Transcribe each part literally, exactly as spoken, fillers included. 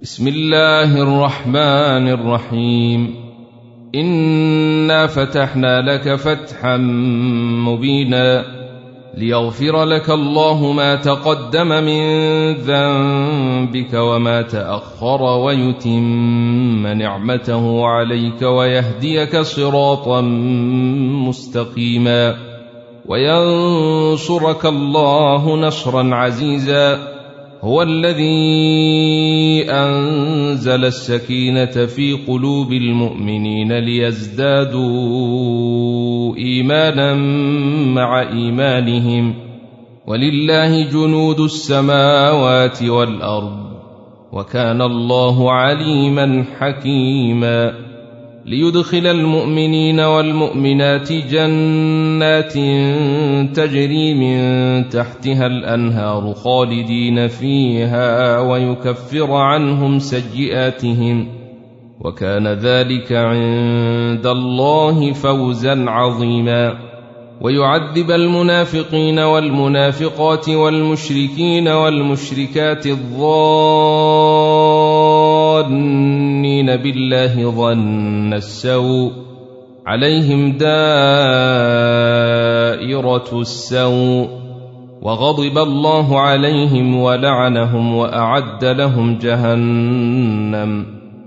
بسم الله الرحمن الرحيم. إنا فتحنا لك فتحا مبينا ليغفر لك الله ما تقدم من ذنبك وما تأخر ويتم نعمته عليك ويهديك صراطا مستقيما وينصرك الله نصرا عزيزا. هو الذي أنزل السكينة في قلوب المؤمنين ليزدادوا إيمانا مع إيمانهم ولله جنود السماوات والأرض وكان الله عليما حكيما. ليدخل المؤمنين والمؤمنات جنات تجري من تحتها الأنهار خالدين فيها ويكفر عنهم سيئاتهم وكان ذلك عند الله فوزا عظيما. ويعذب المنافقين والمنافقات والمشركين والمشركات الظانين بالله ظن السوء عليهم دائرة السوء وغضب الله عليهم ولعنهم وأعد لهم جهنم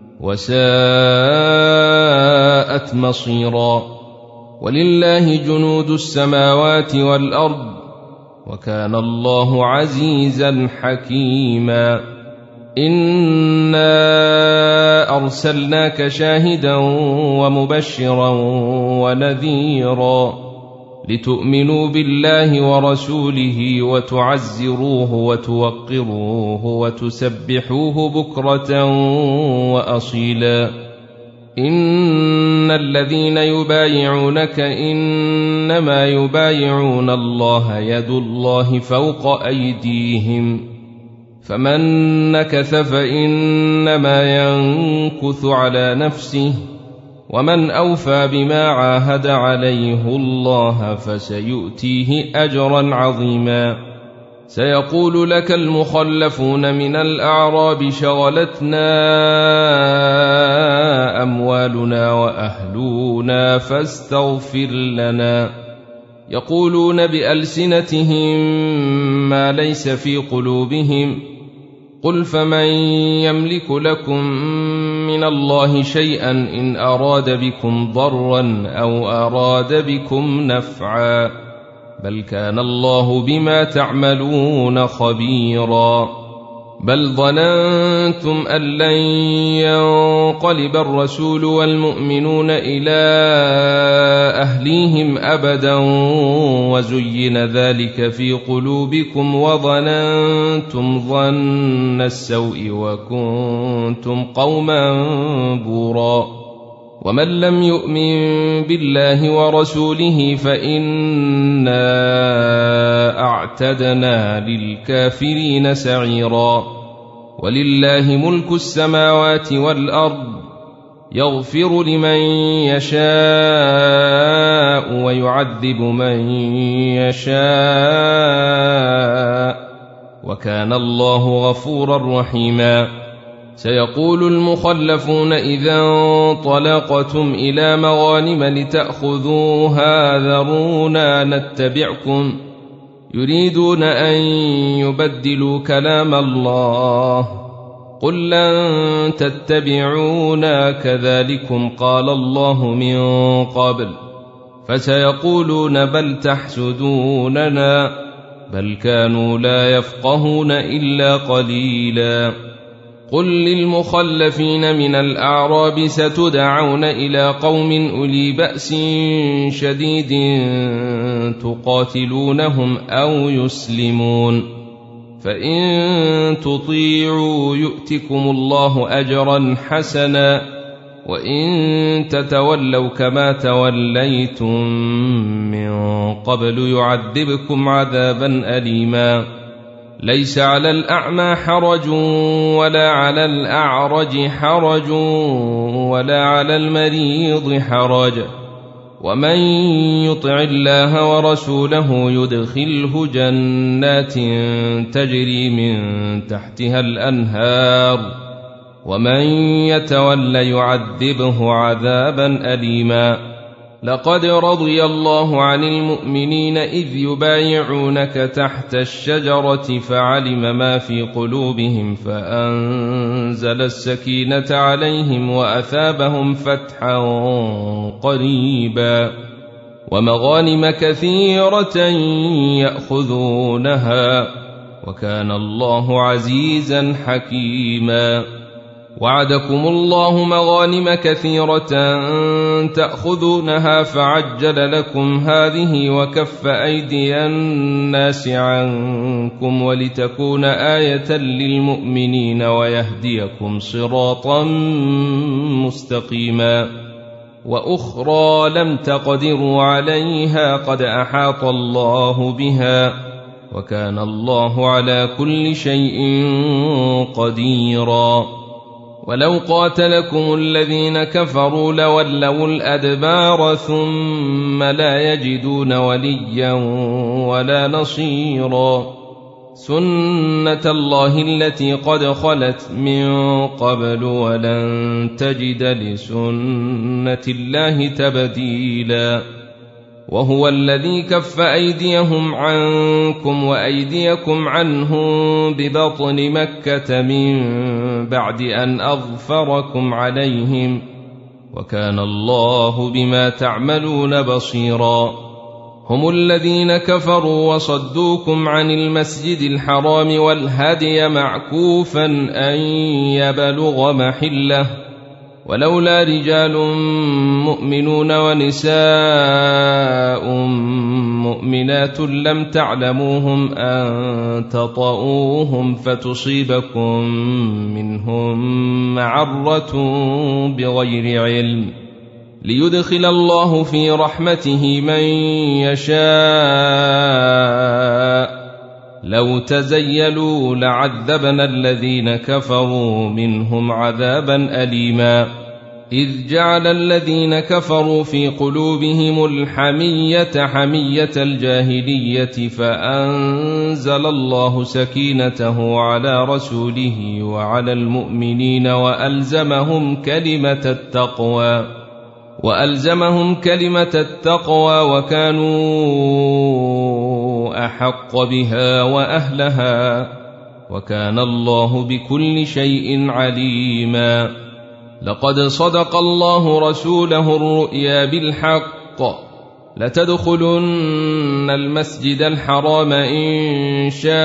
وساءت مصيرا. ولله جنود السماوات والأرض وكان الله عزيزا حكيما. إنا أرسلناك شاهدا ومبشرا ونذيرا لتؤمنوا بالله ورسوله وتعزروه وتوقروه وتسبحوه بكرة وأصيلا. إن الذين يبايعونك إنما يبايعون الله يد الله فوق أيديهم فمن نكث فإنما ينكث على نفسه ومن أوفى بما عاهد عليه الله فسيؤتيه أجرا عظيما. سيقول لك المخلفون من الأعراب شغلتنا أموالنا وأهلنا فاستغفر لنا. يقولون بألسنتهم ما ليس في قلوبهم قل فمن يملك لكم من الله شيئا إن أراد بكم ضرا أو أراد بكم نفعا بل كان الله بما تعملون خبيرا. بل ظننتم أن لن ينقلب الرسول والمؤمنون إلى أهليهم أبدا وزين ذلك في قلوبكم وظننتم ظن السوء وكنتم قوما بورا. ومن لم يؤمن بالله ورسوله فإنا أعتدنا للكافرين سعيرا. ولله ملك السماوات والأرض يغفر لمن يشاء ويعذب من يشاء وكان الله غفورا رحيما. سيقول المخلفون إذا انطلقتم إلى مغانم لتأخذوها ذرونا نتبعكم يريدون أن يبدلوا كلام الله قل لن تتبعونا كذلكم قال الله من قبل فسيقولون بل تحسدوننا بل كانوا لا يفقهون إلا قليلا. قل للمخلفين من الأعراب ستدعون إلى قوم أولي بأس شديد تقاتلونهم أو يسلمون فإن تطيعوا يؤتكم الله أجرا حسنا وإن تتولوا كما توليتم من قبل يعذبكم عذابا أليما. ليس على الأعمى حرج ولا على الأعرج حرج ولا على المريض حرج ومن يطع الله ورسوله يدخله جنات تجري من تحتها الأنهار ومن يتول يعذبه عذابا أليما. لقد رضي الله عن المؤمنين إذ يبايعونك تحت الشجرة فعلم ما في قلوبهم فأنزل السكينة عليهم وأثابهم فتحا قريبا ومغانم كثيرة يأخذونها وكان الله عزيزا حكيما. وعدكم الله مغانم كثيرة تأخذونها فعجل لكم هذه وكف أيدي الناس عنكم ولتكون آية للمؤمنين ويهديكم صراطا مستقيما. وأخرى لم تقدروا عليها قد أحاط الله بها وكان الله على كل شيء قديرا. ولو قاتلكم الذين كفروا لولوا الأدبار ثم لا يجدون وليا ولا نصيرا. سنة الله التي قد خلت من قبل ولن تجد لسنة الله تبديلا. وهو الذي كف أيديهم عنكم وأيديكم عنهم ببطن مكة من بعد أن أظفركم عليهم وكان الله بما تعملون بصيرا. هم الذين كفروا وصدوكم عن المسجد الحرام والهدي معكوفا أن يبلغ محله ولولا رجال مؤمنون ونساء مؤمنات لم تعلموهم أن تطؤوهم فتصيبكم منهم معرة بغير علم ليدخل الله في رحمته من يشاء. لو تزيلوا لعذبنا الذين كفروا منهم عذابا أليما. إذ جعل الذين كفروا في قلوبهم الحمية حمية الجاهلية فأنزل الله سكينته على رسوله وعلى المؤمنين وألزمهم كلمة التقوى وألزمهم كلمة التقوى وكانوا أحق بها وأهلها وكان الله بكل شيء عليما. لقد صدق الله رسوله الرؤيا بالحق لتدخلن المسجد الحرام إن شاء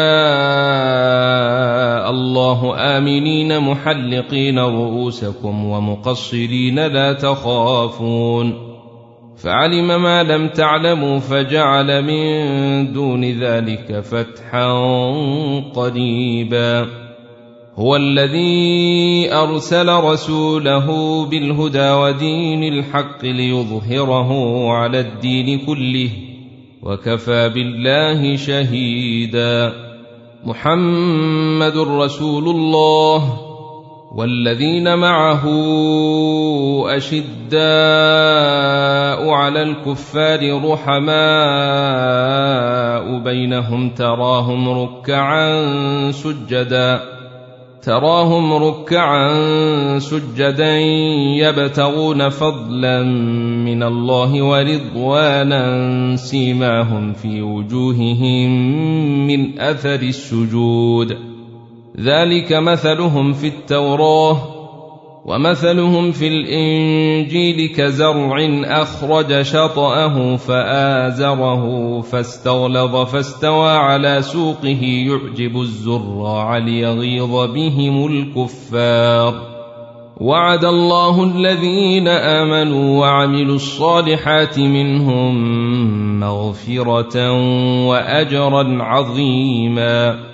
الله آمنين محلقين رؤوسكم ومقصرين لا تخافون فعلم ما لم تعلموا فجعل من دون ذلك فتحا قريبا. هو الذي أرسل رسوله بالهدى ودين الحق ليظهره على الدين كله وكفى بالله شهيدا. محمد رسول الله والذين معه أشداء على الكفار رحماء بينهم تراهم ركعا سجدا تراهم ركعا سجدا يبتغون فضلا من الله ورضوانا سيماهم في وجوههم من أثر السجود ذلك مثلهم في التوراة ومثلهم في الإنجيل كزرع أخرج شطأه فآزره فاستغلظ فاستوى على سوقه يعجب الزراع ليغيظ بهم الكفار. وعد الله الذين آمنوا وعملوا الصالحات منهم مغفرة وأجرا عظيما.